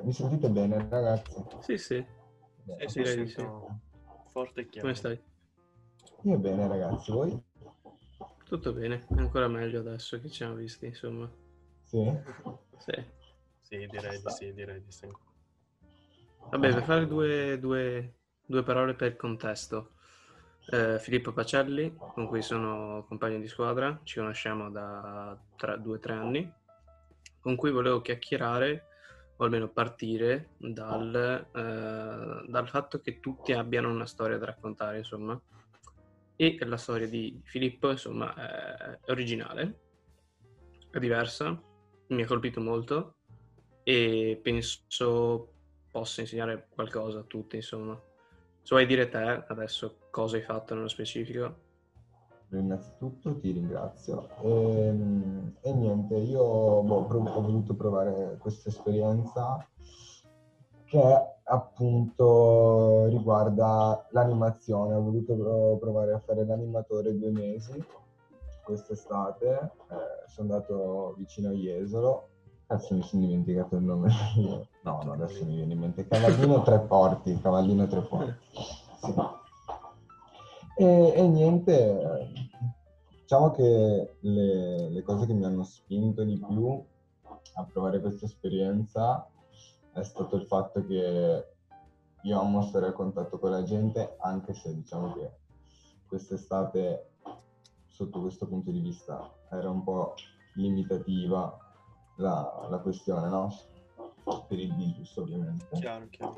Mi sentite bene, ragazzi? Sì, sì, Bene, Sì, direi di sì. sento forte e Come chiaro. stai? io bene, ragazzi, voi? Tutto bene, è ancora meglio adesso che ci siamo visti, insomma. Sì? Sì. Sì, Ci direi di sta. sì, direi di sì. Vabbè, per fare due parole per il contesto. Filippo Pacelli, con cui sono compagno di squadra, ci conosciamo da 2 o 3 anni, con cui volevo chiacchierare, o almeno partire, dal fatto che tutti abbiano una storia da raccontare, insomma. E la storia di Filippo, insomma, è originale, è diversa, mi ha colpito molto e penso possa insegnare qualcosa a tutti, insomma. Se vuoi dire te adesso cosa hai fatto nello specifico? Innanzitutto ti ringrazio. E niente, io ho voluto provare questa esperienza che appunto riguarda l'animazione. Ho voluto provare a fare l'animatore 2 mesi quest'estate. Sono andato vicino a Jesolo. Adesso mi sono dimenticato il nome. No, adesso mi viene in mente. Cavallino Tre Porti. Cavallino Tre Porti. Sì. E niente, diciamo che le cose che mi hanno spinto di più a provare questa esperienza è stato il fatto che io amo stare a contatto con la gente, anche se diciamo che quest'estate, sotto questo punto di vista, era un po' limitativa la questione, no? Per il virus, ovviamente. Chiaro, chiaro.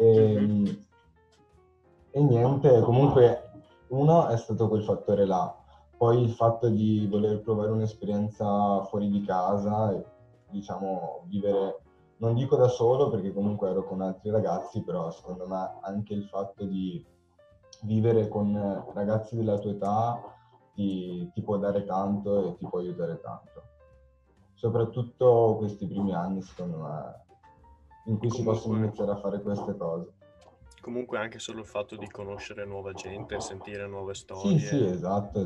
E niente, comunque uno è stato quel fattore là, poi il fatto di voler provare un'esperienza fuori di casa e diciamo vivere, non dico da solo perché comunque ero con altri ragazzi, però secondo me anche il fatto di vivere con ragazzi della tua età ti può dare tanto e ti può aiutare tanto. Soprattutto questi primi anni, secondo me, in cui si possono Comunque, iniziare a fare queste cose. comunque anche solo il fatto di conoscere nuova gente, sentire nuove Sì, storie. esatto.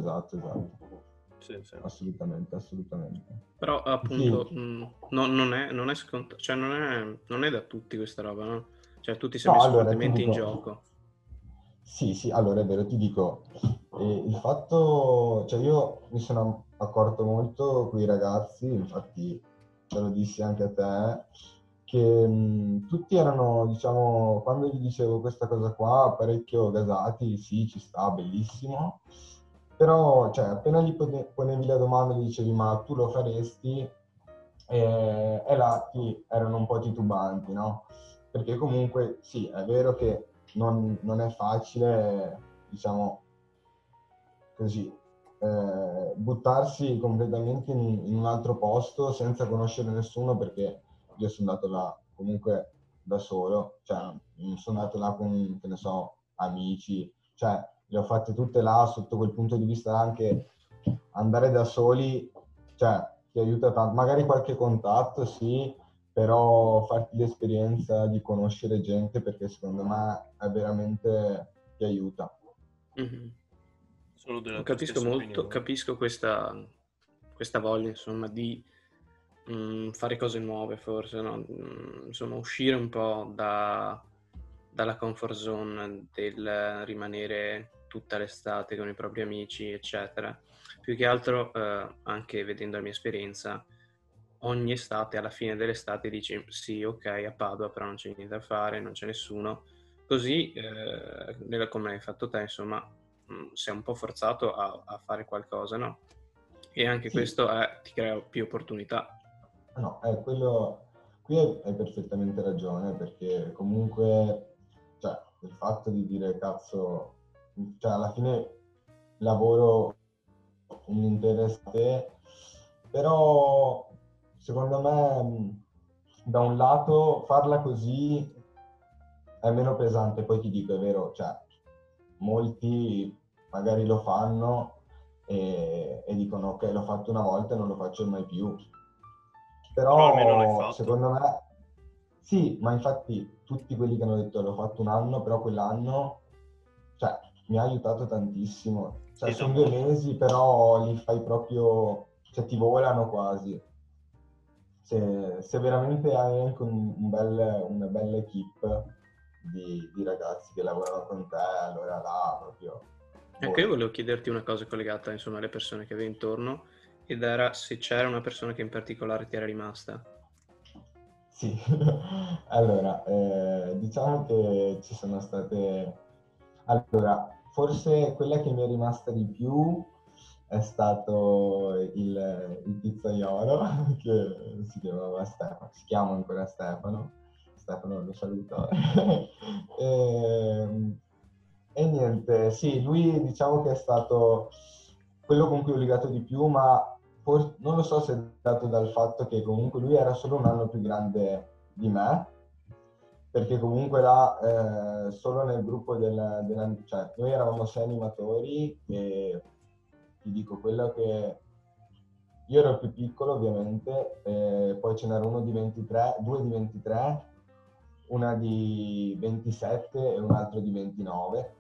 Sì, sì. Assolutamente. Però Sì, appunto non è scontato, cioè non è da tutti questa roba, no? Cioè tu ti sei no, messo allora ti fortemente in dico, gioco. sì, allora è vero, ti dico, il fatto, cioè io mi sono accorto molto con i ragazzi, infatti te lo dissi anche a te, che tutti erano, diciamo, quando gli dicevo questa cosa qua, parecchio gasati, sì, ci sta, bellissimo, però, cioè, appena gli ponevi la domanda, gli dicevi, ma tu lo faresti? E là erano un po' titubanti, no? Perché comunque, sì, è vero che non è facile, diciamo così, buttarsi completamente in un altro posto senza conoscere nessuno, perché io sono andato là comunque da solo, cioè non sono andato là con, che ne so, amici, cioè le ho fatte tutte là sotto quel punto di vista anche andare da soli, cioè ti aiuta tanto, magari qualche contatto sì, però farti l'esperienza di conoscere gente perché secondo me è veramente ti aiuta. Mhm. Sono della tua Capisco stessa molto, opinione. capisco questa voglia, insomma, di fare cose nuove, forse, no? Insomma, uscire un po' dalla comfort zone del rimanere tutta l'estate con i propri amici, eccetera. Più che altro, anche vedendo la mia esperienza, ogni estate, alla fine dell'estate dici sì, ok, a Padova, però non c'è niente da fare, non c'è nessuno. Così, come hai fatto te, insomma, sei un po' forzato a fare qualcosa, no? E anche Sì, questo ti crea più opportunità. no, qui hai perfettamente ragione perché comunque, cioè, il fatto di dire cazzo, cioè alla fine lavoro un'intera estate, però secondo me da un lato farla così è meno pesante, poi ti dico, è vero, cioè molti magari lo fanno e dicono ok, l'ho fatto una volta e non lo faccio mai più. Però almeno l'hai Però fatto. secondo me sì, ma infatti tutti quelli che hanno detto l'ho fatto un anno, però quell'anno cioè, mi ha aiutato tantissimo. Cioè, Sì, da sono 2 molto. mesi, però li fai proprio, cioè ti volano quasi. se veramente hai anche una bella equipe di ragazzi che lavorano con te, allora là proprio... Ecco, io volevo chiederti una cosa collegata, insomma, alle persone che avevi intorno, ed era se c'era una persona che in particolare ti era rimasta. Sì, allora, diciamo che ci sono state... Allora, forse quella che mi è rimasta di più è stato il pizzaiolo, che si chiamava Stefano, si chiama ancora Stefano, Stefano lo saluto. E, e niente, sì, lui diciamo che è stato quello con cui ho legato di più, ma non lo so se è dato dal fatto che comunque lui era solo un anno più grande di me, perché comunque là, solo nel gruppo cioè noi eravamo 6 animatori e ti dico quello che io ero il più piccolo ovviamente, poi ce n'era uno di 23, due di 23, una di 27 e un altro di 29.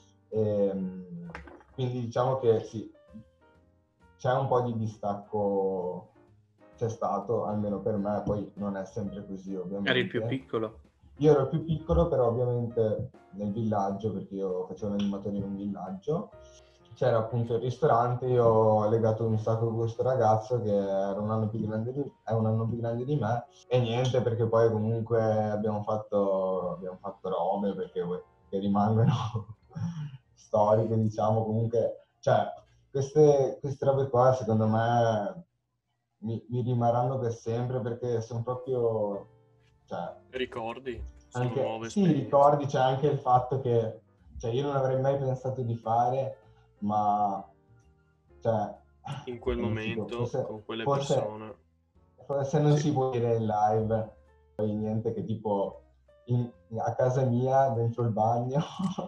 Quindi diciamo che sì, c'è un po' di distacco, c'è stato, almeno per me, poi non è sempre così Eri il più ovviamente. piccolo? Io ero il più piccolo, però ovviamente nel villaggio, perché io facevo l'animatore in un villaggio, c'era appunto il ristorante, io ho legato un sacco con questo ragazzo che era è un anno più grande di me, e niente, perché poi comunque abbiamo fatto robe, che rimangono storiche, diciamo, comunque, cioè, queste robe qua secondo me mi rimarranno per sempre, perché sono proprio, cioè, Ricordi? Sono anche, nuove sì, esperienze. ricordi, c'è anche il fatto che, cioè, io non avrei mai pensato di fare, ma, cioè, In quel come dico, momento, con quelle forse, persone. forse non Sì. si può dire in live, poi niente, che tipo, a casa mia, dentro il bagno,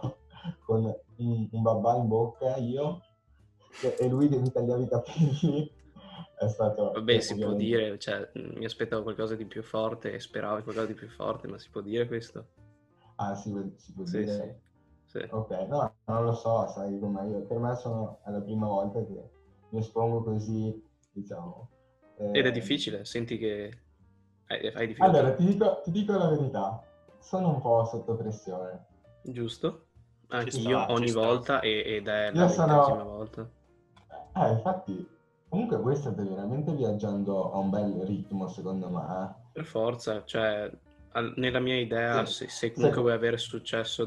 con un babà in bocca, io, e lui che mi tagliava i capelli, è stato, Vabbè, e si può ovviamente... dire, cioè, mi aspettavo qualcosa di più forte e speravo in qualcosa di più forte, ma si può dire questo? Ah, si può Sì, sì, dire? sì. Ok, no, non lo so, sai com'è io. Per me è la prima volta che mi espongo così, diciamo. Ed è Ehm, difficile, senti che hai allora, difficoltà, ti dico la verità, sono un po' sotto pressione. giusto? Ci Anch'io sta, ci ogni sta. volta ed è la Io 20ª sono... volta. Infatti, comunque voi state veramente viaggiando a un bel ritmo, secondo me. Per forza, cioè, nella mia idea, Sì. se comunque vuoi Se- avere successo,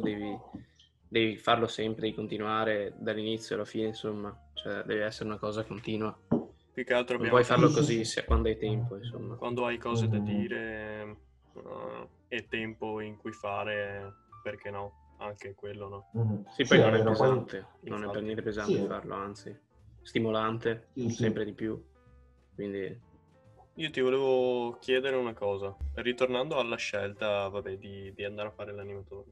devi farlo sempre, devi continuare dall'inizio alla fine, insomma, cioè, deve essere una cosa continua. Più che altro Non abbiamo puoi Sì, farlo sì, detto, così sì. quando hai tempo, insomma. quando hai cose da Mhm. dire e tempo in cui fare, perché no? Anche quello, no? Mhm. Sì, poi Sì, è non è vero, poi pesante, non è per Infatti. niente pesante sì, farlo, anzi, stimolante, sì, sì. sempre di più, quindi... Io ti volevo chiedere una cosa, ritornando alla scelta, vabbè, di andare a fare l'animatore.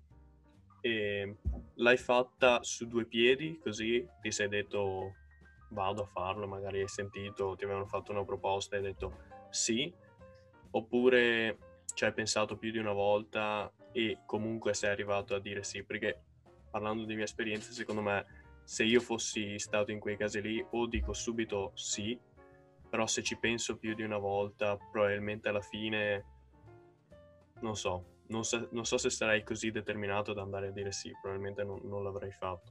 E l'hai fatta su due piedi, così ti sei detto vado a farlo, magari hai sentito, ti avevano fatto una proposta e hai detto sì, oppure ci hai pensato più di una volta e comunque sei arrivato a dire sì, perché parlando di mia esperienza, secondo me se io fossi stato in quei casi lì o dico subito sì, però se ci penso più di una volta, probabilmente alla fine, non so, non so se sarei così determinato ad andare a dire sì, probabilmente non l'avrei fatto.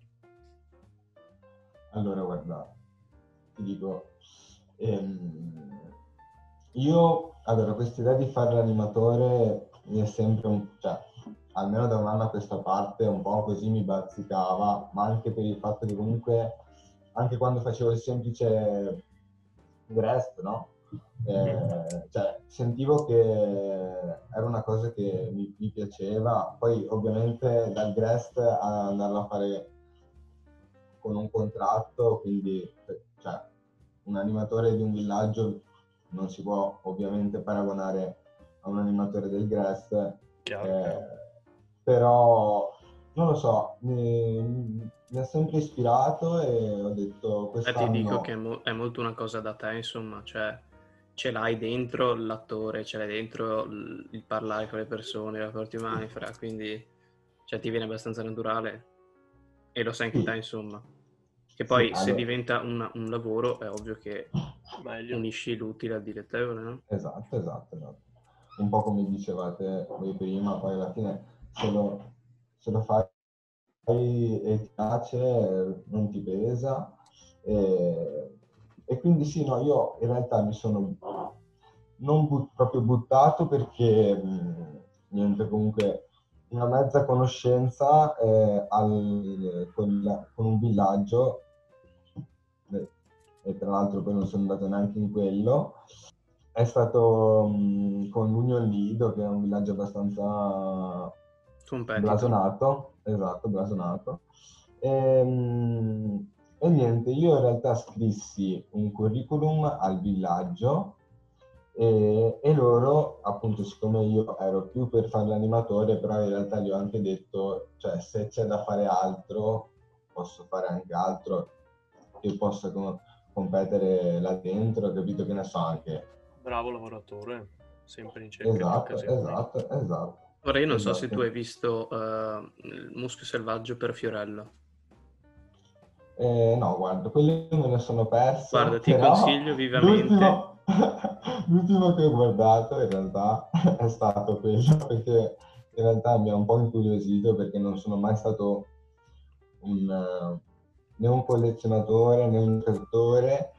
Allora, guarda, ti dico, allora, questa idea di fare l'animatore mi è sempre cioè, almeno da un anno a questa parte, un po' così mi bazzicava, ma anche per il fatto che comunque, anche quando facevo il semplice Grest, no? Mhm. Cioè, sentivo che era una cosa che mi piaceva, poi ovviamente dal Grest a andarlo a fare con un contratto, quindi cioè, un animatore di un villaggio non si può ovviamente paragonare a un animatore del Grest, Chiaro, chiaro. però non lo so, mi ha sempre ispirato e ho detto Ti dico che quest'anno è molto una cosa da te, insomma, cioè ce l'hai dentro l'attore, ce l'hai dentro il parlare con le persone, i rapporti umani, quindi cioè, ti viene abbastanza naturale e lo sai anche te, sì, insomma. Che sì, poi se allora, diventa un lavoro è ovvio che Meglio. Unisci l'utile al dilettevole, no? Esatto. Un po' come dicevate voi prima, poi alla fine se lo fai e ti piace, non ti pesa. E quindi sì, no, io in realtà mi sono non proprio buttato perché niente, comunque una mezza conoscenza con un villaggio, e tra l'altro poi non sono andato neanche in quello, è stato con Union Lido, che è un villaggio abbastanza Competitor. blasonato, esatto, blasonato. E niente, io in realtà scrissi un curriculum al villaggio e loro, appunto, siccome io ero più per fare l'animatore, però in realtà gli ho anche detto, cioè se c'è da fare altro, posso fare anche altro che possa competere là dentro, capito, che ne so anche. Bravo lavoratore, sempre in cerca di occasioni. Esatto. Ora io non so se tu Esatto. hai visto il Muschio Selvaggio per Fiorello. No, guarda, quelli me ne sono perso, Guarda, ti però consiglio vivamente. l'ultimo, l'ultimo che ho guardato in realtà è stato quello, perché in realtà mi ha un po' incuriosito, perché non sono mai stato né un collezionatore né un giocatore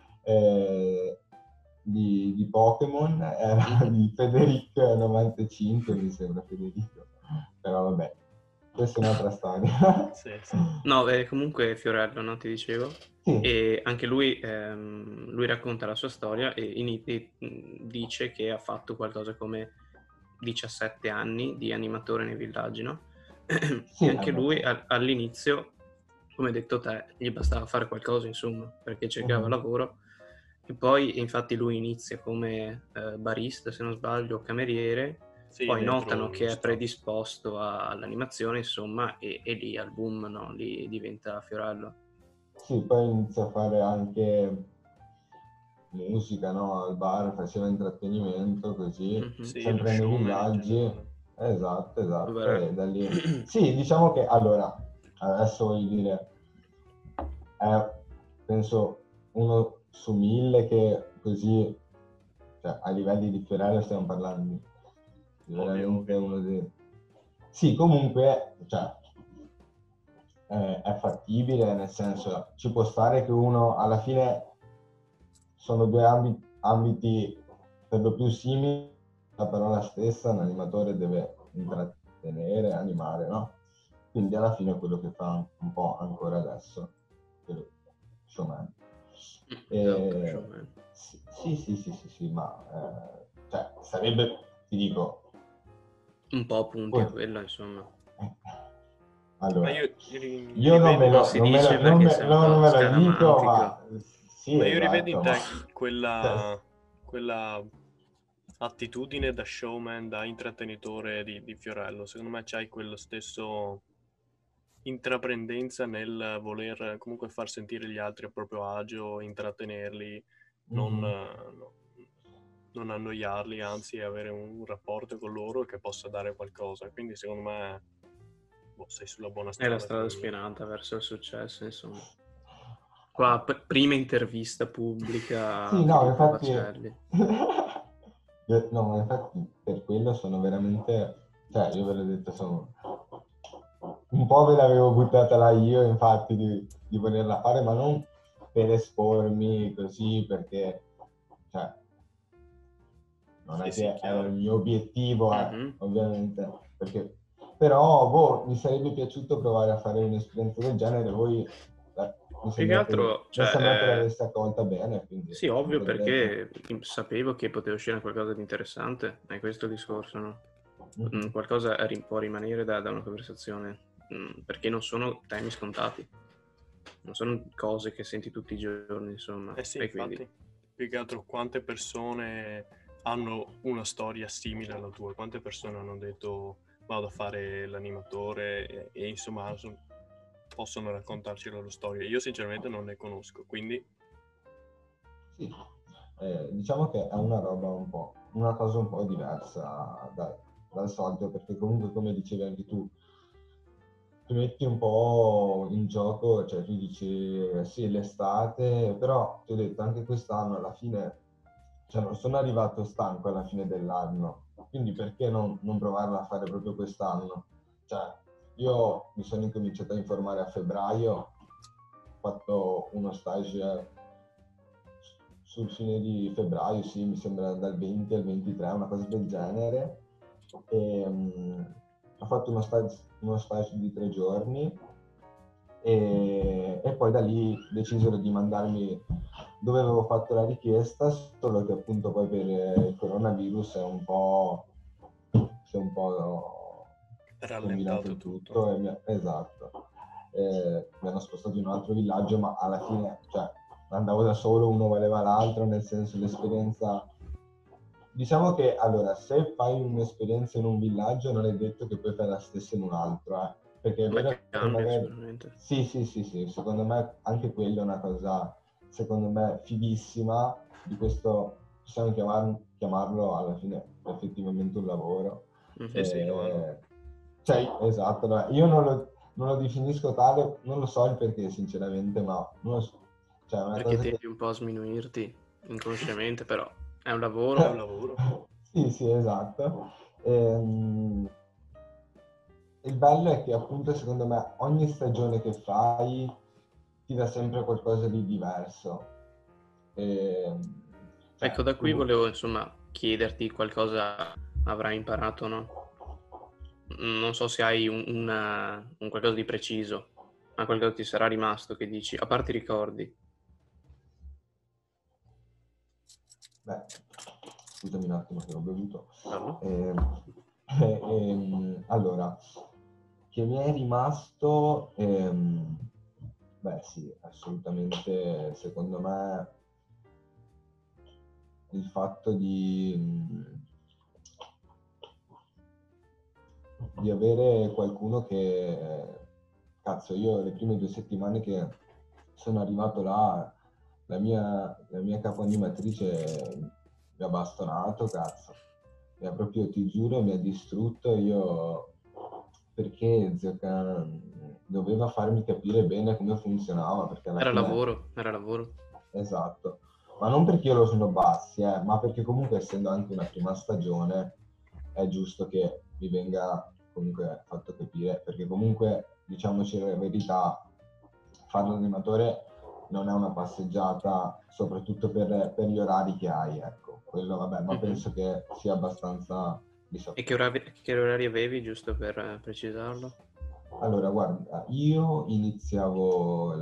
di Pokémon, era di Federico 95, mi sembra Federico, però vabbè, questa è un'altra storia. Sì. No, comunque Fiorello, no, ti dicevo. Sì. E anche lui racconta la sua storia e dice che ha fatto qualcosa come 17 anni di animatore nei villaggi, no? E Sì, anche lui sì. all'inizio, come hai detto te, gli bastava fare qualcosa, insomma, perché cercava Mhm. lavoro. E poi, infatti, lui inizia come barista, se non sbaglio, o cameriere. Sì, Poi dentro notano lo che è staff. predisposto all'animazione, insomma, e lì al boom, no? Lì diventa Fiorello. Sì, poi inizia a fare anche musica, no? Al bar, faceva intrattenimento così, Mhm. Sì, lo sempre nei showman in villaggi. generale. Esatto, Vabbè. e da lì. Sì, diciamo che allora, adesso voglio dire, è penso uno su 1000 che così, cioè a livelli di Fiorello stiamo parlando di veramente Ovvio. uno dei. Sì, comunque, cioè, è fattibile, nel senso, ci può stare che uno alla fine sono due ambiti per lo più simili, la parola stessa, un animatore deve intrattenere, animare, no? Quindi alla fine è quello che fa un po' ancora adesso, quello showman. Esatto, E, showman. sì, ma cioè, sarebbe, ti dico, Un po' punti a pot- quello, insomma. Ma allora, io io non rivedo me Non lo, si non me dice lo, non perché me, sei un non po' me lo dico, ma scaramantico. sì, Ma io rivedo in esatto, ma te cioè, quella attitudine da showman, da intrattenitore di Fiorello. Secondo me c'hai quello stesso intraprendenza nel voler comunque far sentire gli altri a proprio agio, intrattenerli, non, mhm. non annoiarli, anzi avere un rapporto con loro che possa dare qualcosa. Quindi secondo me sei sulla buona È la strada strada con. spianata verso il successo, insomma. Qua, prima intervista pubblica a Sì, no, Filippo infatti, Bacelli. no, ma infatti per quello sono veramente, cioè io ve l'ho detto, sono un po' ve l'avevo buttata là io, infatti, di volerla fare, ma non per espormi così, perché, cioè, non Sì, è sì, che era il chiaro. mio obiettivo, Mhm. ovviamente, perché, però, boh, mi sarebbe piaciuto provare a fare un'esperienza del genere, voi, Più che altro, mi sembra che cioè, l'aveste accolta bene, quindi sì, ovvio, potrebbe. perché sapevo che poteva uscire qualcosa di interessante, è questo il discorso, no? Mhm. Qualcosa può rimanere da una conversazione, perché non sono temi scontati, non sono cose che senti tutti i giorni, insomma, Eh sì, e quindi infatti, più che altro quante persone hanno una storia simile alla tua, quante persone hanno detto vado a fare l'animatore e insomma possono raccontarci la loro storia. Io sinceramente non ne conosco, quindi Sì, diciamo che è una cosa un po' diversa dal solito, perché comunque come dicevi anche tu, ti metti un po' in gioco, cioè tu dici sì, l'estate, però ti ho detto anche quest'anno alla fine, cioè non sono arrivato stanco alla fine dell'anno, quindi perché non provarla a fare proprio quest'anno? Cioè, io mi sono incominciato a informare a febbraio, ho fatto uno stage sul fine di febbraio, sì, mi sembra dal 20 al 23, una cosa del genere. E, ho fatto uno stage di 3 giorni e poi da lì decisero di mandarmi dove avevo fatto la richiesta, solo che appunto poi per il coronavirus si è un po' combinato Rallentato il tutto. tutto esatto. Mi hanno spostato in un altro villaggio, ma alla fine, cioè, andavo da solo, uno valeva l'altro, nel senso l'esperienza. Diciamo che allora, se fai un'esperienza in un villaggio, non è detto che poi fai la stessa in un altro, perché è Beh, vero che cambia magari. sicuramente. Sì, sì, sì, sì, secondo me anche quella è una cosa, secondo me, fighissima di questo, possiamo chiamarlo alla fine effettivamente un lavoro. Sì, sì, lo è. Cioè, esatto, no, io non lo definisco tale, non lo so il perché sinceramente, ma non lo so. Cioè, è una Perché cosa che. tendi un po' a sminuirti inconsciamente, però è un È un lavoro. lavoro. Sì, sì, esatto. Il bello è che appunto secondo me ogni stagione che fai ti dà sempre qualcosa di diverso. Ecco, Cioè, da qui tu. volevo insomma chiederti qualcosa avrai imparato, no? Non so se hai un qualcosa di preciso, ma qualcosa ti sarà rimasto che dici, a parte i ricordi. Beh, scusami un attimo che ho bevuto. Parlo? Allora, che mi è rimasto, beh sì, assolutamente, secondo me, il fatto di avere qualcuno che, cazzo, io le prime 2 settimane che sono arrivato là, la mia capo animatrice mi ha bastonato, cazzo. Mi ha proprio, ti giuro, mi ha distrutto. Io, perché Zioca doveva farmi capire bene come funzionava, perché alla fine. Era lavoro. Esatto, ma non perché io lo snobbassi, ma perché comunque essendo anche una prima stagione è giusto che mi venga comunque fatto capire, perché comunque diciamoci la verità, fare l'animatore non è una passeggiata, soprattutto per gli orari che hai, ecco, quello vabbè, ma Mhm. penso che sia abbastanza di E saputo. che orari avevi, giusto per precisarlo? Allora, guarda, io iniziavo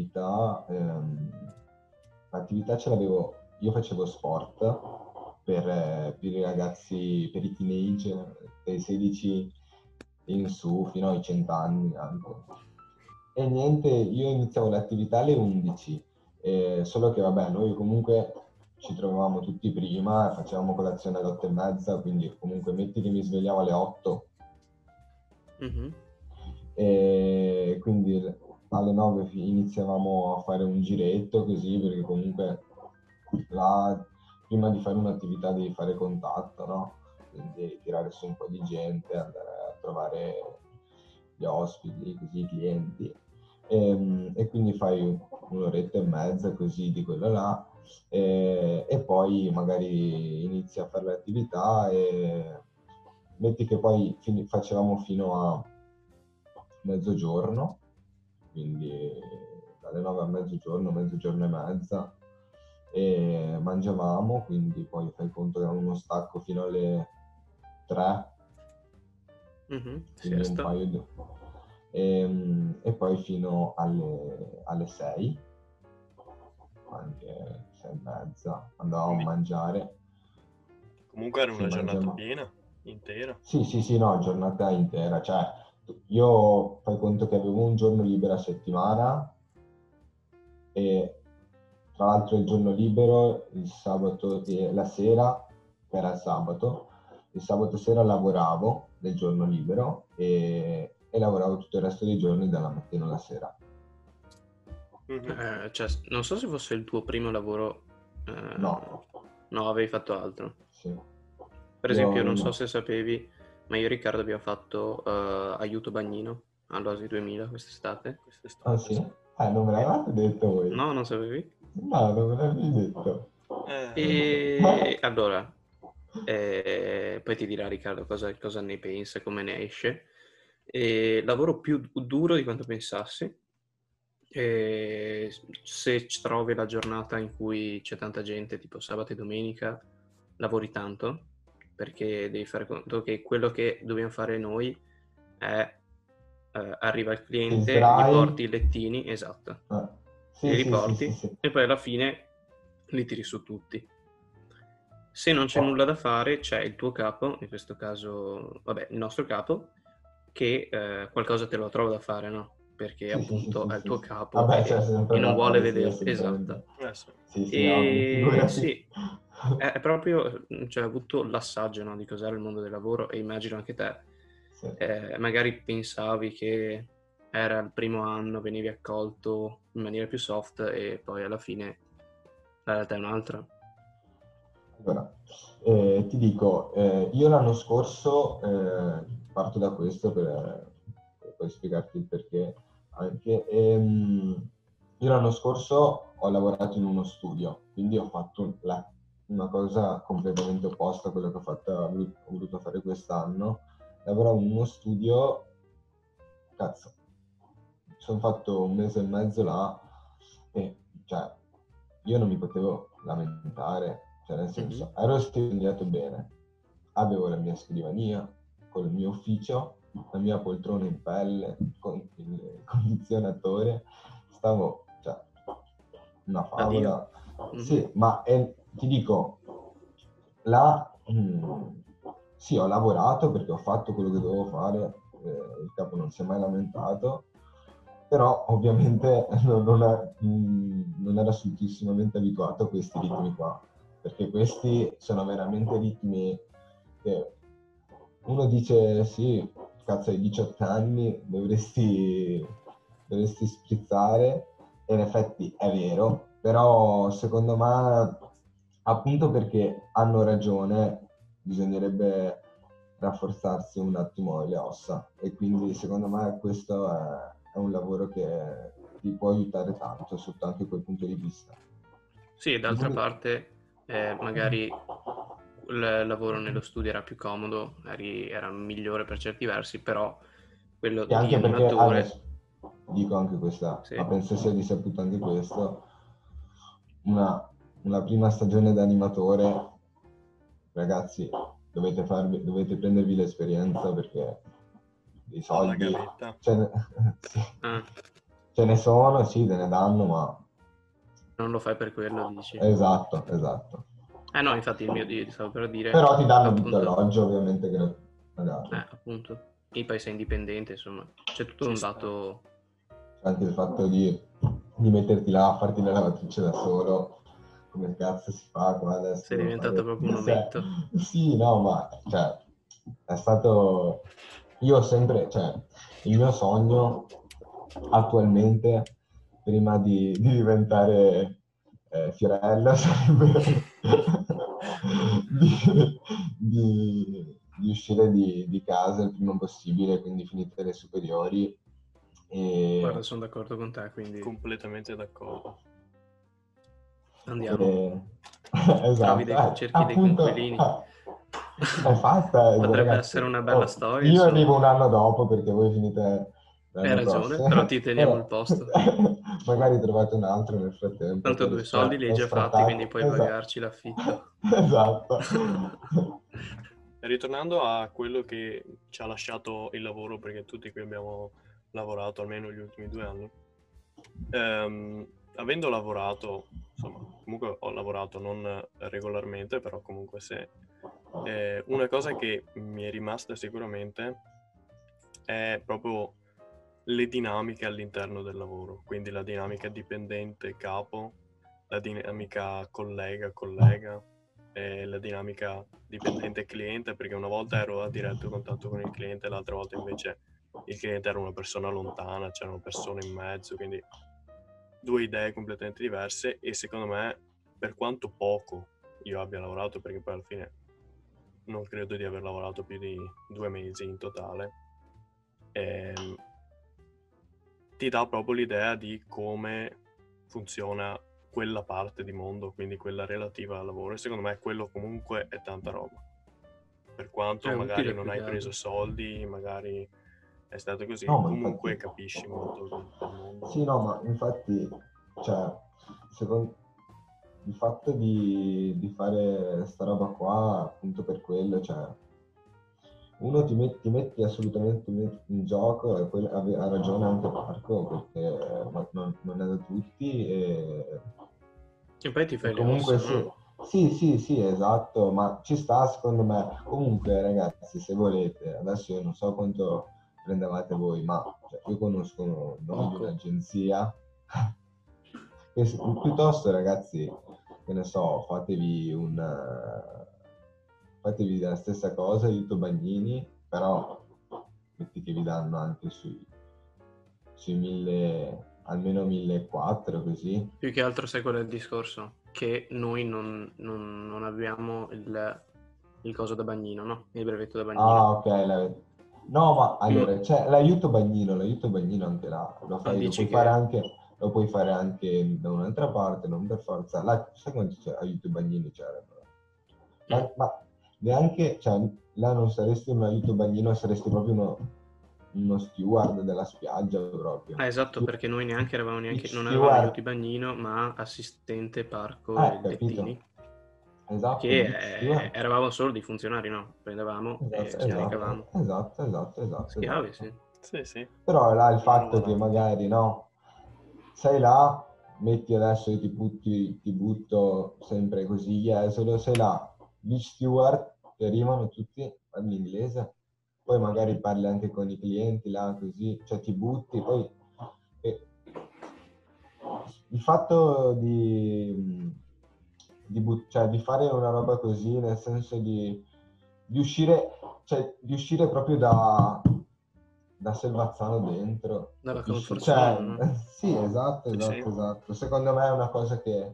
l'attività ce l'avevo, io facevo sport per i ragazzi, per i teenager dai 16 in su fino ai 100 anni anche. E niente, io iniziavo l'attività alle 11, solo che vabbè, noi comunque ci trovavamo tutti prima, facevamo colazione alle 8:30, quindi comunque metti che mi svegliavo alle 8. Mhm. E quindi alle 9 iniziavamo a fare un giretto così, perché comunque là prima di fare un'attività devi fare contatto, no? Quindi tirare su un po' di gente, andare a trovare gli ospiti, così i clienti. E quindi fai un'oretta e mezza così di quello là, e poi magari inizi a fare l'attività e metti che poi facevamo fino a mezzogiorno, quindi dalle 9 a mezzogiorno e mezza, e mangiavamo, quindi poi fai conto che era uno stacco fino alle 3, Mhm. quindi un Siesta. paio di. E poi fino alle 6, anche 6 e mezza, andavamo a Quindi mangiare. comunque era Sì, una giornata mangiamo. piena, intera. Sì, sì, sì, no, giornata intera, cioè io fai conto che avevo un giorno libero a settimana e tra l'altro il giorno libero, il sabato e la sera, che era il sabato sera lavoravo del giorno libero e lavoravo tutto il resto dei giorni dalla mattina alla sera. Mhm. Cioè, non so se fosse il tuo primo lavoro. No, No, avevi fatto altro. sì. Per Io esempio, non so no. se sapevi, ma io e Riccardo abbiamo fatto aiuto bagnino. all'Oasi 2000 quest'estate. Ah sì? Non me l'avete detto voi? No, non sapevi? No, non me l'avevi detto. E allora, poi ti dirà Riccardo cosa ne pensa, come ne esce. Lavoro più duro di quanto pensassi. Se trovi la giornata in cui c'è tanta gente, tipo sabato e domenica, lavori tanto, perché devi fare conto che quello che dobbiamo fare noi è arriva il Ti cliente, gli sdrai? porti i lettini, esatto, li Sì, sì, sì, sì, riporti sì. e poi alla fine li tiri su tutti. Se non c'è Oh, nulla da fare, c'è il tuo capo, in questo caso, vabbè, il nostro capo, che qualcosa te lo trova da fare, no? Perché sì, sì, sì, appunto sì, è il sì, tuo sì. capo Vabbè, c'è sempre e non da vuole fare, sì, vedere... assolutamente. Esatto. Sì. Sì, sì, ovvio, E figurati. sì, è proprio, cioè, ho avuto l'assaggio, no, di cos'era il mondo del lavoro e immagino anche te. Sì. Magari pensavi che era il primo anno, venivi accolto in maniera più soft e poi alla fine la realtà è un'altra. Allora, ti dico, io l'anno scorso, parto da questo per poi spiegarti il perché anche, io l'anno scorso ho lavorato in uno studio, quindi ho fatto una cosa completamente opposta a quello che ho voluto fare quest'anno. Lavoravo in uno studio, cazzo, mi sono fatto un mese e mezzo là e cioè io non mi potevo lamentare, cioè nel senso ero stipendiato bene, avevo la mia scrivania con il mio ufficio, la mia poltrona in pelle con il condizionatore, stavo, cioè, una Da Dio. favola. Sì, ma ti dico, là, sì, ho lavorato perché ho fatto quello che dovevo fare, il capo non si è mai lamentato, però ovviamente non era assolutamente abituato a questi ritmi qua, perché questi sono veramente ritmi che uno dice sì, cazzo hai 18 anni, dovresti sprizzare, e in effetti è vero, però secondo me, appunto perché hanno ragione, bisognerebbe rafforzarsi un attimo le ossa, e quindi secondo me questo è un lavoro che ti può aiutare tanto sotto anche quel punto di vista. Sì, d'altra parte magari il lavoro nello studio era più comodo, era migliore per certi versi, però quello E di anche perché animatore, adesso dico anche questa, ma sì. penso sia risaputo anche questo, una, una prima stagione da animatore, ragazzi, dovete prendervi l'esperienza perché i Alla soldi gavetta. sì, Ah, ce ne sono, sì, te ne danno, ma non lo fai per quello, dici. esatto, esatto. No, infatti il mio stavo per dire, Però ti danno vitto e appunto, alloggio, ovviamente, che magari. appunto, e poi sei indipendente, insomma, c'è tutto Ci un sta. lato, C'è anche il fatto di metterti là a farti la lavatrice da solo, come cazzo si fa qua adesso? sei Devo diventato fare... proprio un ometto. Sì, no, ma cioè, è stato... Io ho sempre, cioè, il mio sogno attualmente, prima di diventare Fiorello, sarebbe di, di uscire di casa il prima possibile, quindi finite le superiori. Guarda, E, sono d'accordo con te, quindi Completamente d'accordo. andiamo. e- Trovi esatto, cerchi dei appunto, coinquilini. è fatta, Potrebbe ragazzi. essere una bella Oh, storia, io insomma. arrivo un anno dopo perché voi finite Hai l'anno ragione, però prossimo, ti teniamo il però posto. magari trovate un altro nel frattempo Tanto per due soldi li hai già fatti, quindi sfrattate. puoi Esatto. pagarci l'affitto. Esatto. Ritornando a quello che ci ha lasciato il lavoro, perché tutti qui abbiamo lavorato almeno gli ultimi 2 anni, avendo lavorato, insomma, comunque ho lavorato non regolarmente, però comunque se una cosa che mi è rimasta sicuramente è proprio le dinamiche all'interno del lavoro, quindi la dinamica dipendente-capo, la dinamica collega-collega, la dinamica dipendente-cliente, perché una volta ero a diretto contatto con il cliente, l'altra volta invece il cliente era una persona lontana, c'erano persone in mezzo, quindi due idee completamente diverse, e secondo me, per quanto poco io abbia lavorato, perché poi alla fine non credo di aver lavorato più di 2 mesi in totale, ti dà proprio l'idea di come funziona quella parte di mondo, quindi quella relativa al lavoro. E secondo me quello comunque è tanta roba. Per quanto È magari utile non più hai che preso altro. soldi, magari è stato così, No, ma comunque infatti, capisci molto del mondo. sì, no, ma infatti, cioè, secondo il fatto di fare sta roba qua, appunto per quello, cioè, uno ti metti assolutamente in gioco, e poi ha ragione anche Marco, perché non è da tutti, E poi ti e fai le comunque ossa, sì, no? sì, esatto, ma ci sta secondo me. Comunque, ragazzi, se volete, adesso io non so quanto prendevate voi, ma cioè, io conosco il nome di Poco. un'agenzia che piuttosto, ragazzi, che ne so, fatevi la stessa cosa, aiuto Bagnini, però metti che vi danno anche sui 1000, almeno 1400 così. Più che altro sai qual è il discorso? Che noi non abbiamo il coso da bagnino, no? Il brevetto da bagnino. Ah, ok. No, ma Ma allora, c'è l'aiuto bagnino anche là, non lo dici puoi fare che... anche, lo puoi fare anche da un'altra parte, non per forza. Là, sai quanti aiuto bagnini c'erano? Mm. Ma neanche, cioè, là non saresti un aiuto bagnino, saresti proprio uno steward della spiaggia proprio. Esatto, perché noi neanche eravamo Beach non avevamo steward, aiuti bagnino, ma assistente parco e capito? lettini, Esatto, che beach steward. eravamo solo dei funzionari, no? Prendevamo e Esatto, ce ne esatto, ricavamo. esatto, esatto, esatto, Schiavi, esatto. sì. Sì, sì, Però là il non fatto che lavorati. magari no, sei là, metti adesso io ti butto sempre così, esolo, sei là, beach steward, che arrivano tutti all'inglese, poi magari parli anche con i clienti là così, cioè ti butti, poi eh, il fatto cioè, di fare una roba così, nel senso di uscire, cioè, di uscire proprio da Selvazzano dentro, Dalla capisci? comfort zone, Cioè, no? sì, esatto, Sì, sì. esatto, esatto. Secondo me è una cosa che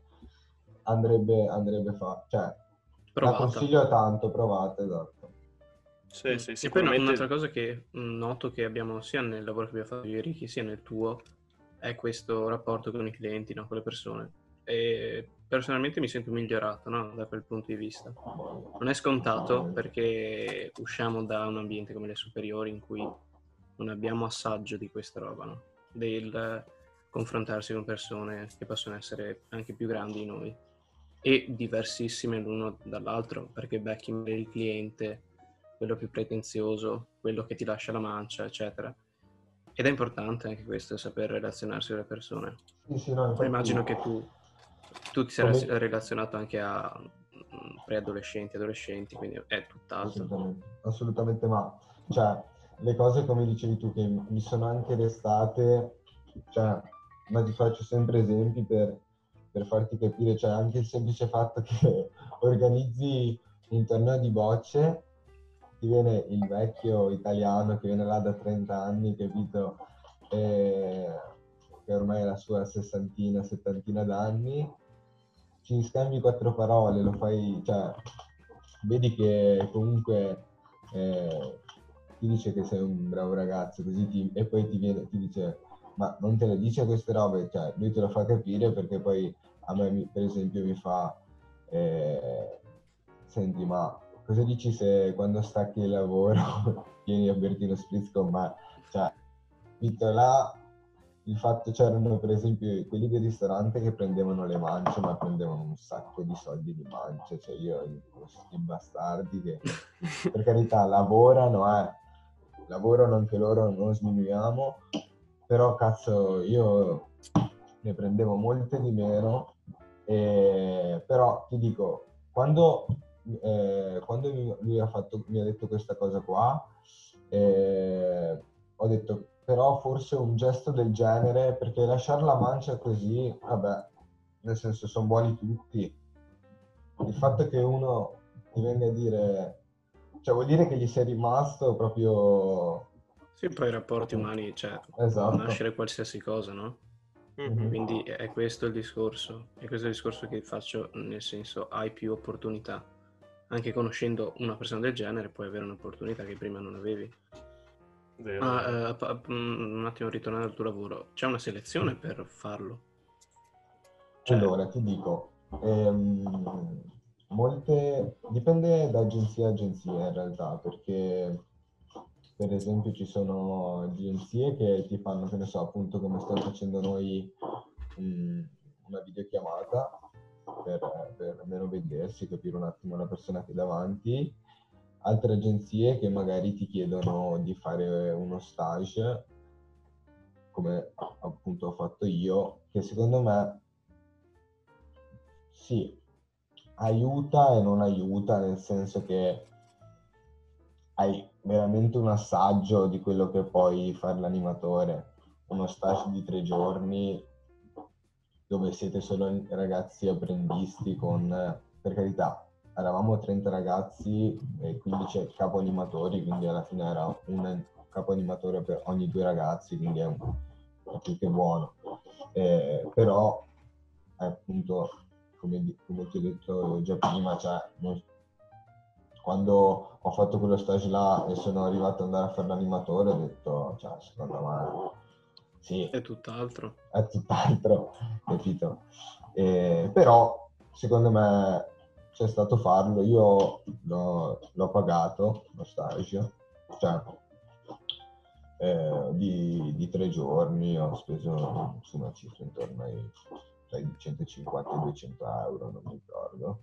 andrebbe fatta, cioè, la Provata. consiglio tanto, provate, esatto. Sì, sì, E poi un'altra sicuramente. cosa che noto che abbiamo sia nel lavoro che abbiamo fatto io e Ricky, sia nel tuo, è questo rapporto con i clienti, no? Con le persone. E personalmente mi sento migliorato, no? Da quel punto di vista. Non è scontato perché usciamo da un ambiente come le superiori in cui non abbiamo assaggio di questa roba, no? Del confrontarsi con persone che possono essere anche più grandi di noi e diversissime l'uno dall'altro, perché becchi magari il cliente, quello più pretenzioso, quello che ti lascia la mancia, eccetera. Ed è importante anche questo, saper relazionarsi con le persone. Sì, sì, no, infatti, Immagino che tu ti sarai come... relazionato anche a preadolescenti, adolescenti, quindi è tutt'altro. Assolutamente, assolutamente, ma cioè, le cose come dicevi tu che mi sono anche restate, cioè, ma ti faccio sempre esempi per farti capire, cioè anche il semplice fatto che organizzi un torneo di bocce, ti viene il vecchio italiano che viene là da 30 anni, capito? E che ormai è la sua sessantina, settantina d'anni, ci scambi quattro parole, lo fai, cioè, vedi che comunque ti dice che sei un bravo ragazzo, e poi ti dice, ma non te le dice queste robe, cioè, lui te lo fa capire perché poi a me, per esempio, mi fa, eh, senti, ma cosa dici se quando stacchi il lavoro vieni a berti uno spritz con me? Cioè, Vito, là il fatto c'erano per esempio quelli del ristorante che prendevano le mance, ma prendevano un sacco di soldi di mance, cioè io dico, questi bastardi che per carità lavorano anche loro, non sminuiamo, però cazzo io ne prendevo molte di meno, però ti dico, quando mi ha detto questa cosa qua, ho detto però forse un gesto del genere, perché lasciare la mancia così, vabbè, nel senso sono buoni tutti. Il fatto che uno ti venga a dire, cioè vuol dire che gli sei rimasto proprio... Sì, poi i rapporti umani, cioè, può Esatto. nascere qualsiasi cosa, no? Mhm. Mhm. Quindi è questo il discorso, è questo il discorso che faccio, nel senso hai più opportunità. Anche conoscendo una persona del genere puoi avere un'opportunità che prima non avevi. Vero, Ma vero. un attimo, ritornando al tuo lavoro, c'è una selezione per farlo? Cioè, Allora, ti dico, dipende da agenzia a agenzia in realtà, perché per esempio ci sono agenzie che ti fanno, che ne so, appunto come stiamo facendo noi, mm, una videochiamata per almeno vedersi, capire un attimo la persona che è davanti. Altre agenzie che magari ti chiedono di fare uno stage, come appunto ho fatto io, che secondo me sì, aiuta e non aiuta, nel senso che hai veramente un assaggio di quello che puoi fare l'animatore. Uno stage di 3 giorni dove siete solo ragazzi apprendisti per carità, eravamo 30 ragazzi e 15 capo animatori, quindi alla fine era un capo animatore per ogni 2 ragazzi, quindi è più che buono. Però appunto, come ti ho detto già prima, cioè, quando ho fatto quello stage là e sono arrivato ad andare a fare l'animatore, ho detto, cioè, secondo me, sì, è tutt'altro. è tutt'altro, capito? Però, secondo me, c'è stato farlo, io l'ho pagato, lo stage, cioè, di 3 giorni ho speso su una cifra intorno ai 150-200 euro, non mi ricordo.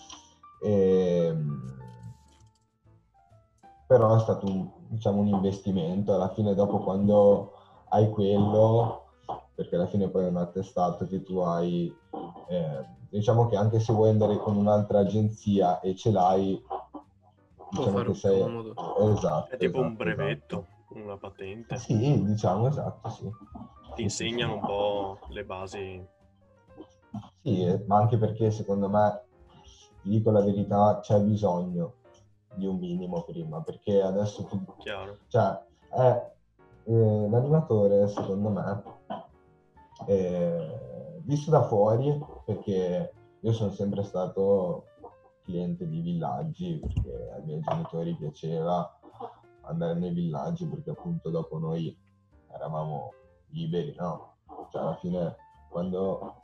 Però è stato diciamo, un investimento. Alla fine, dopo, quando hai quello, perché alla fine poi è un attestato che tu hai, diciamo che anche se vuoi andare con un'altra agenzia e ce l'hai, Può diciamo che far sei... comodo. È Esatto, tipo un esatto, esatto. brevetto, una patente. Sì, diciamo, esatto, sì. Ti Sì, sì, sì. insegnano un po' le basi. Sì, ma anche perché secondo me, ti dico la verità, c'è bisogno di un minimo prima, perché adesso tu, Chiaro. cioè, l'animatore, secondo me, visto da fuori, perché io sono sempre stato cliente di villaggi, perché ai miei genitori piaceva andare nei villaggi, perché appunto dopo noi eravamo liberi, no? Cioè alla fine quando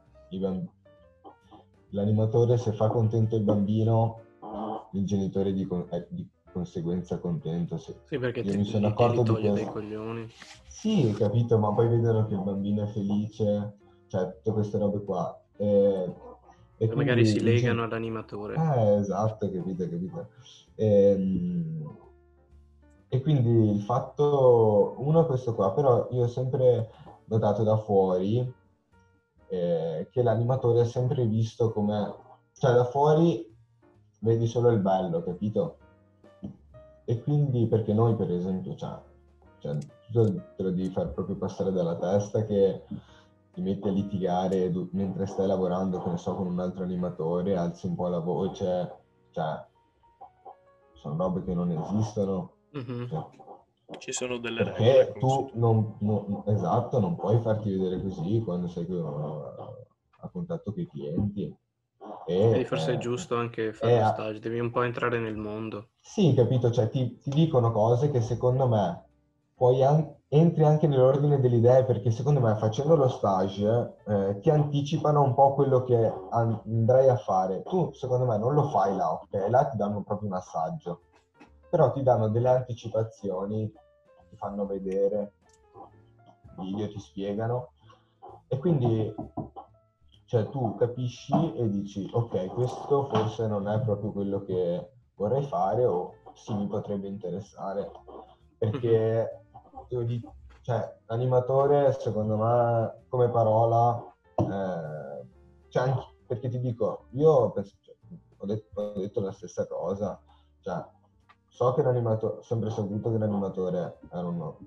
l'animatore, se fa contento il bambino, il genitore è di conseguenza contento. Sì, perché Io mi sono te li accorto di toglie dai questo. coglioni. Sì, capito, ma poi vedono che il bambino è felice, cioè tutte queste robe qua. E E magari si quindi legano all'animatore. esatto, capito, capito. Ehm, E quindi il fatto, uno è questo qua, però io ho sempre notato da fuori che l'animatore è sempre visto come, cioè da fuori vedi solo il bello, capito? E quindi perché noi per esempio, cioè, tu te lo devi far proprio passare dalla testa che ti metti a litigare mentre stai lavorando, che ne so, con un altro animatore, alzi un po' la voce, cioè, sono robe che non esistono. Mhm. Cioè, Ci sono delle regole, perché come su tu tutto. esatto, non puoi farti vedere così quando sei a contatto con i clienti. Quindi E, forse è giusto anche fare e lo a- stage, devi un po' entrare nel mondo. sì, capito, cioè ti dicono cose che secondo me entri anche nell'ordine delle idee, perché secondo me facendo lo stage ti anticipano un po' quello che andrai a fare. Tu secondo me non lo fai là, ok? Là ti danno proprio un assaggio, però ti danno delle anticipazioni, ti fanno vedere video, ti spiegano e quindi cioè, tu capisci e dici ok, questo forse non è proprio quello che vorrei fare o sì, mi potrebbe interessare Mhm. perché cioè, l'animatore secondo me come parola cioè, perché ti dico io cioè, ho detto la stessa cosa, cioè so che l'animatore, ho sempre saputo che l'animatore era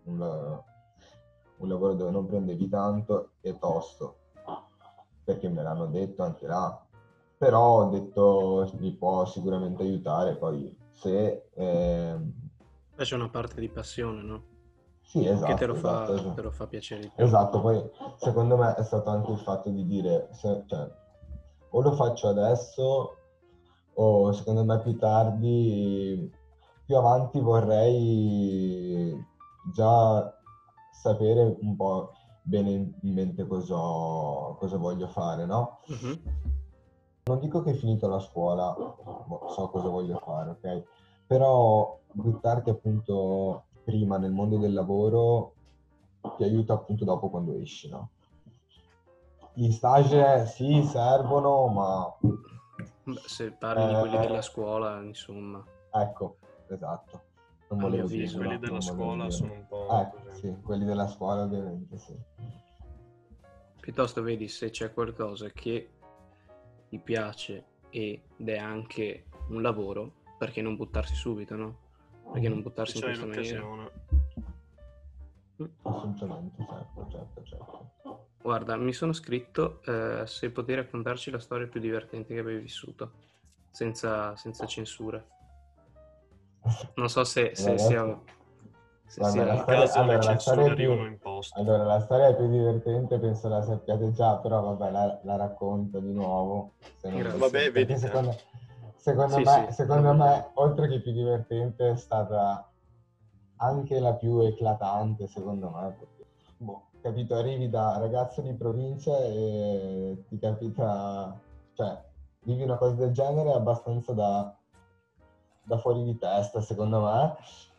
un lavoro dove non prendevi tanto e tosto, perché me l'hanno detto anche là, però ho detto mi può sicuramente aiutare, poi se... Poi c'è una parte di passione, no? sì, Che esatto, esatto, te esatto. lo fa piacere di più. Esatto, poi secondo me è stato anche il fatto di dire, cioè, o lo faccio adesso o secondo me più tardi, più avanti vorrei, già sapere un po' bene in mente cosa voglio fare, no? Mhm. Non dico che finito la scuola so cosa voglio fare, ok? Però buttarti appunto prima nel mondo del lavoro ti aiuta appunto dopo quando esci, no? Gli stage sì, servono, ma Beh, se parli di quelli della eh, scuola, insomma, ecco, esatto. Non a mio volevo avviso. Quelli dirlo, della non volevo scuola dirlo. sono un po' Ecco, così. sì, quelli della scuola ovviamente sì. Piuttosto vedi se c'è qualcosa che ti piace ed è anche un lavoro, perché non buttarsi subito, no? Perché non Se buttarsi in c'hai questa maniera? l'occasione. Assolutamente, certo. Guarda, mi sono scritto se potevi raccontarci la storia più divertente che avevi vissuto, senza censura. Non so Ragazzi, se guarda, sia In caso le censure arrivano in posta. la storia più divertente penso la sappiate già, però vabbè, la racconto di nuovo, se non vi- grazie. Vabbè, perché vedi te. Sì, la secondo vogliamo. me, oltre che più divertente, è stata anche la più eclatante, secondo me, perché, boh, capito, arrivi da ragazzo di provincia e ti capita, cioè, vivi una cosa del genere è abbastanza da fuori di testa, secondo me.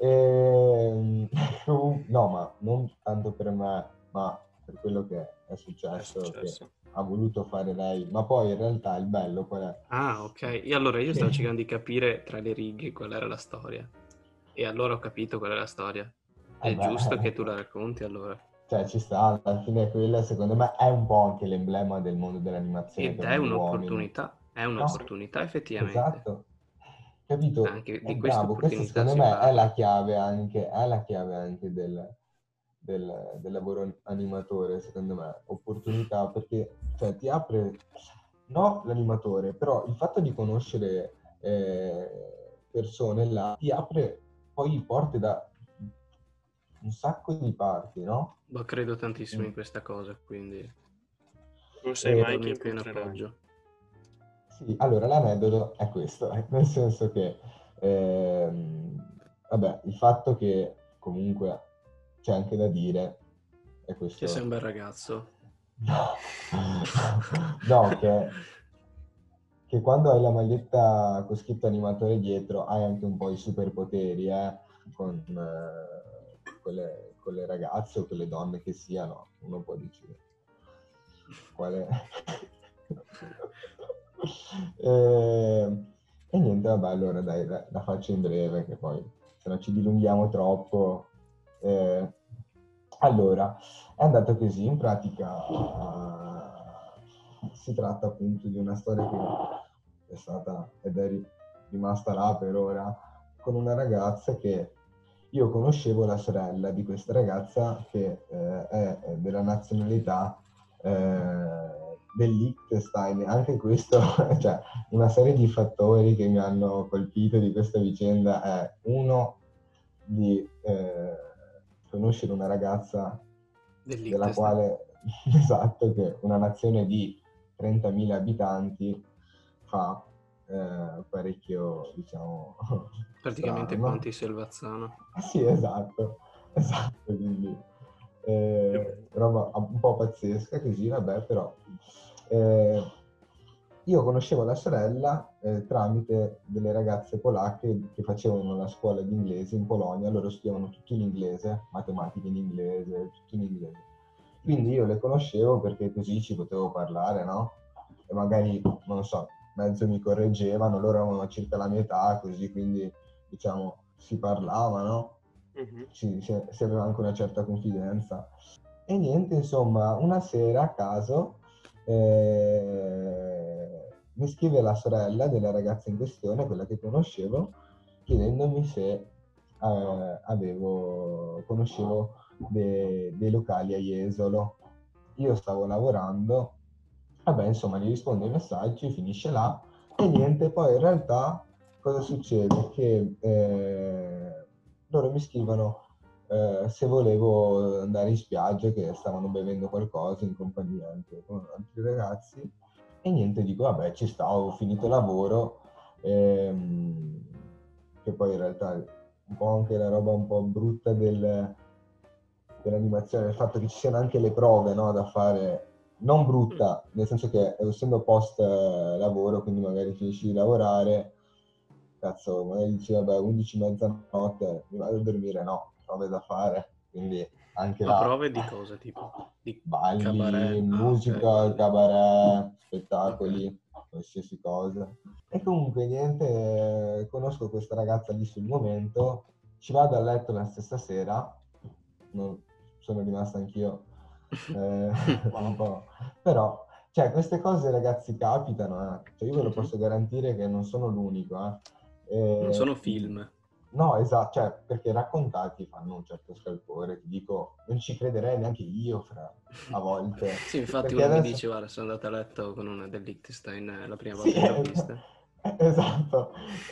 No, ma non tanto per me, ma per quello che è È successo, che successo. ha voluto fare lei. Ma poi in realtà il bello qual è? Ah, ok. E allora io stavo cercando di capire tra le righe qual era la storia. E allora ho capito qual è la storia. È giusto che tu la racconti allora. Cioè ci sta, alla fine quella secondo me è un po' anche l'emblema del mondo dell'animazione Ed per noi uomini. è No, un'opportunità effettivamente. esatto, capito? Anche È di questa bravo, questa opportunità secondo si me parla. è la chiave anche del lavoro animatore, secondo me, opportunità, perché cioè, ti apre, no l'animatore, però il fatto di conoscere persone là ti apre poi porte da un sacco di parti, no? Ma credo tantissimo Mm. in questa cosa, quindi Non sai E, ti do mai il chi mio pieno incontrerai. appoggio. sì, allora l'aneddoto è questo, nel senso che, vabbè, il fatto che comunque c'è anche da dire, è Che sei un questo, bel ragazzo. no, no, che quando hai la maglietta con scritto animatore dietro hai anche un po' i superpoteri, con le ragazze o con le donne che siano, uno può decidere quale... e, e niente, vabbè, allora dai, la faccio in breve, che poi se no ci dilunghiamo troppo. Eh, allora, è andato così, in pratica si tratta appunto di una storia che è stata ed è rimasta là per ora, con una ragazza che io conoscevo la sorella di questa ragazza che è della nazionalità del Liechtenstein. Anche questo, cioè una serie di fattori che mi hanno colpito di questa vicenda è uno di conoscere una ragazza Del della Liechtenstein. quale, esatto, che una nazione di 30.000 abitanti fa parecchio, diciamo, Praticamente strano, quanti no? Selvazzano. Sì, esatto, quindi Più o meno. roba un po' pazzesca così, vabbè, però eh, io conoscevo la sorella tramite delle ragazze polacche che facevano la scuola di inglese in Polonia, loro studiavano tutto in inglese, matematica in inglese, tutto in inglese. Quindi io le conoscevo perché così ci potevo parlare, no? E magari, non so, mezzo mi correggevano, loro avevano circa la mia età, così quindi, diciamo, si parlava, no? Mhm. Si aveva anche una certa confidenza. E niente, insomma, una sera a caso mi scrive la sorella della ragazza in questione, quella che conoscevo, chiedendomi se conoscevo dei locali a Jesolo. Io stavo lavorando, vabbè, insomma, gli rispondo ai messaggi, finisce là, e niente, poi in realtà cosa succede? Che loro mi scrivono se volevo andare in spiaggia, che stavano bevendo qualcosa in compagnia anche con altri ragazzi, e niente, dico, vabbè, ci sta, ho finito lavoro, che poi in realtà un po' anche la roba un po' brutta dell'animazione, il fatto che ci siano anche le prove, no, da fare, non brutta, nel senso che essendo post lavoro, quindi magari finisci di lavorare, cazzo, magari dici vabbè 11 mezzanotte mi vado a dormire, no, prove da fare, quindi anche Ma là prove di cosa, tipo? Di balli, cabaret? musica, Ok, balli. cabaret, spettacoli, qualsiasi cosa. E comunque niente, conosco questa ragazza lì sul momento, ci vado a letto la stessa sera, sono rimasto anch'io un po', però, cioè, queste cose ragazzi capitano, Cioè, io ve lo posso garantire che non sono l'unico, Non sono film. No, esatto, cioè, perché raccontati fanno un certo scalpore, ti dico, non ci crederei neanche io, a volte. Sì, infatti Perché uno mi adesso... dice, guarda, sono andato a letto con una del Liechtenstein la prima Sì, volta che l'ho vista. esatto.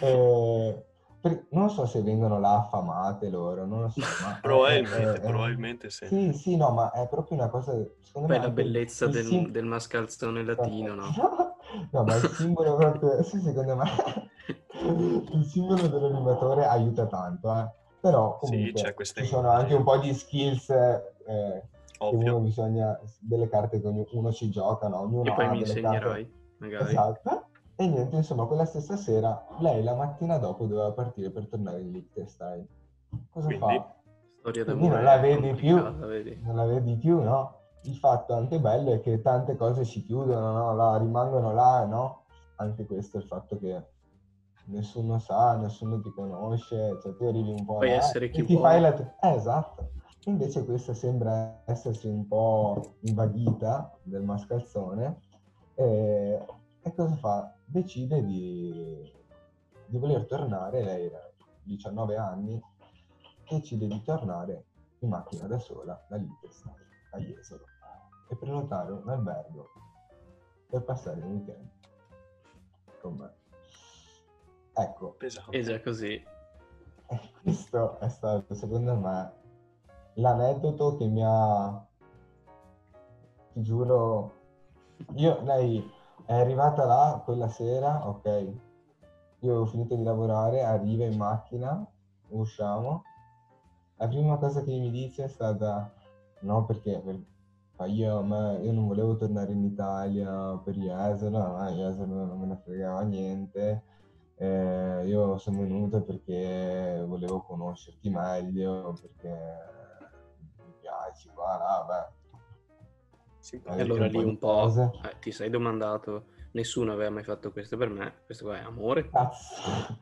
Non so se vengono là affamate loro, non lo so, ma Probabilmente sì. Sì, sì, no, ma è proprio una cosa, secondo me Poi la anche bellezza del mascalzone latino, no? No, ma il simbolo proprio, sì, secondo me il simbolo dell'animatore aiuta tanto, Però Sì, c'è comunque questa ci sono anche immagine. un po' di skills che Ovvio. delle carte che uno ci gioca, no? E Ognuno poi ha mi delle carte. insegnerai, magari. Esatto. E niente, insomma, quella stessa sera, lei la mattina dopo doveva partire per tornare in Liechtenstein. Cosa Quindi? fa? Storia Quindi non la d'amore vedi più, complicata, vedi? non la vedi più, no? Il fatto anche bello è che tante cose si chiudono, no? Là, rimangono là, no? Anche questo è il fatto che nessuno sa, nessuno ti conosce, cioè tu arrivi un po' Puoi là essere chi e ti fai vuoi. esatto. Invece questa sembra essersi un po' invaghita del mascalzone e cosa fa? Decide di voler tornare, lei ha 19 anni, decide di tornare in macchina da sola da Liechtenstein a Jesolo e prenotare un albergo per passare il weekend con me. Ecco, Pesante. E già così. questo è stato secondo me l'aneddoto che mi ha, ti giuro, lei è arrivata là quella sera, ok, io avevo finito di lavorare, arriva in macchina, usciamo, la prima cosa che mi dice è stata no perché io non volevo tornare in Italia per Jesolo, a Jesolo non me ne fregava niente, io sono venuto perché volevo conoscerti meglio, perché mi piaci, qua, là, beh. E allora Un lì po' di un po' cose. ti sei domandato, nessuno aveva mai fatto questo per me, questo qua è amore? Cazzo.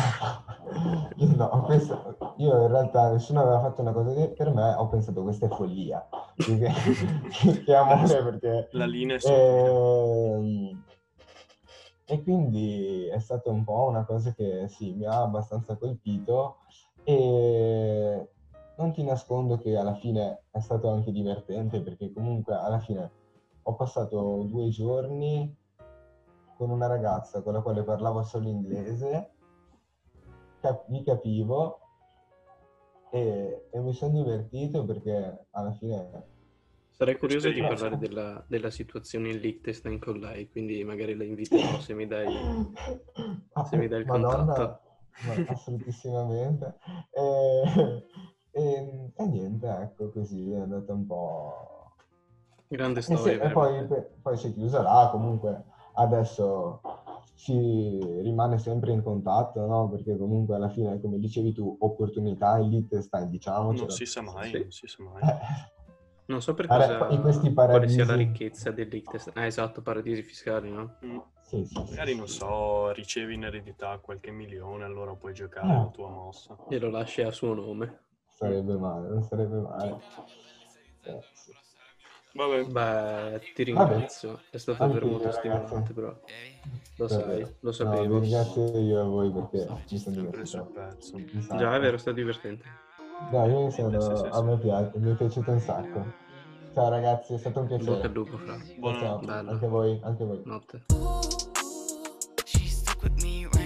No, io in realtà nessuno aveva fatto una cosa per me, ho pensato questa è follia, più che amore perché... La linea è sottile. E quindi è stata un po' una cosa che sì, mi ha abbastanza colpito e non ti nascondo che alla fine è stato anche divertente perché comunque alla fine ho passato 2 giorni con una ragazza con la quale parlavo solo inglese, mi capivo e mi sono divertito perché alla fine... Sarei curioso di Esperienza. parlare della situazione in Liechtenstein con lei, quindi magari la inviterò se mi dai il Madonna, contatto. assolutissimamente. E niente, ecco, così è andata un po'... Grande storia, E poi, veramente. poi si è chiusa là, comunque adesso si rimane sempre in contatto, no? Perché comunque alla fine, come dicevi tu, opportunità in Liechtenstein, Non diciamocelo. si sa mai, Sì. non si sa mai. Non so per In questi quale sia la paradisi... ricchezza del Liechtenstein. Esatto, paradisi fiscali, no? Sì, sì, Magari, non sì. so, ricevi in eredità qualche milione, allora puoi giocare la tua mossa. E lo lasci a suo nome. Sarebbe male, non sarebbe male. Sì. Vabbè, Beh, ti Vabbè, ringrazio. È stato anche davvero io molto ragazzi, stimolante, però. Lo sai, davvero. lo No, vi sapevo. ringrazio io a voi perché mi sono sempre sul divertito pezzo. un Già, è sacco. vero, è stato divertente. No, Sì. a me piace, mi è piaciuto un sacco. Ciao ragazzi, è stato un In bocca piacere. al lupo, fra. Ciao ciao, Buonanotte. Bello. anche voi, anche voi. Notte. She stuck with me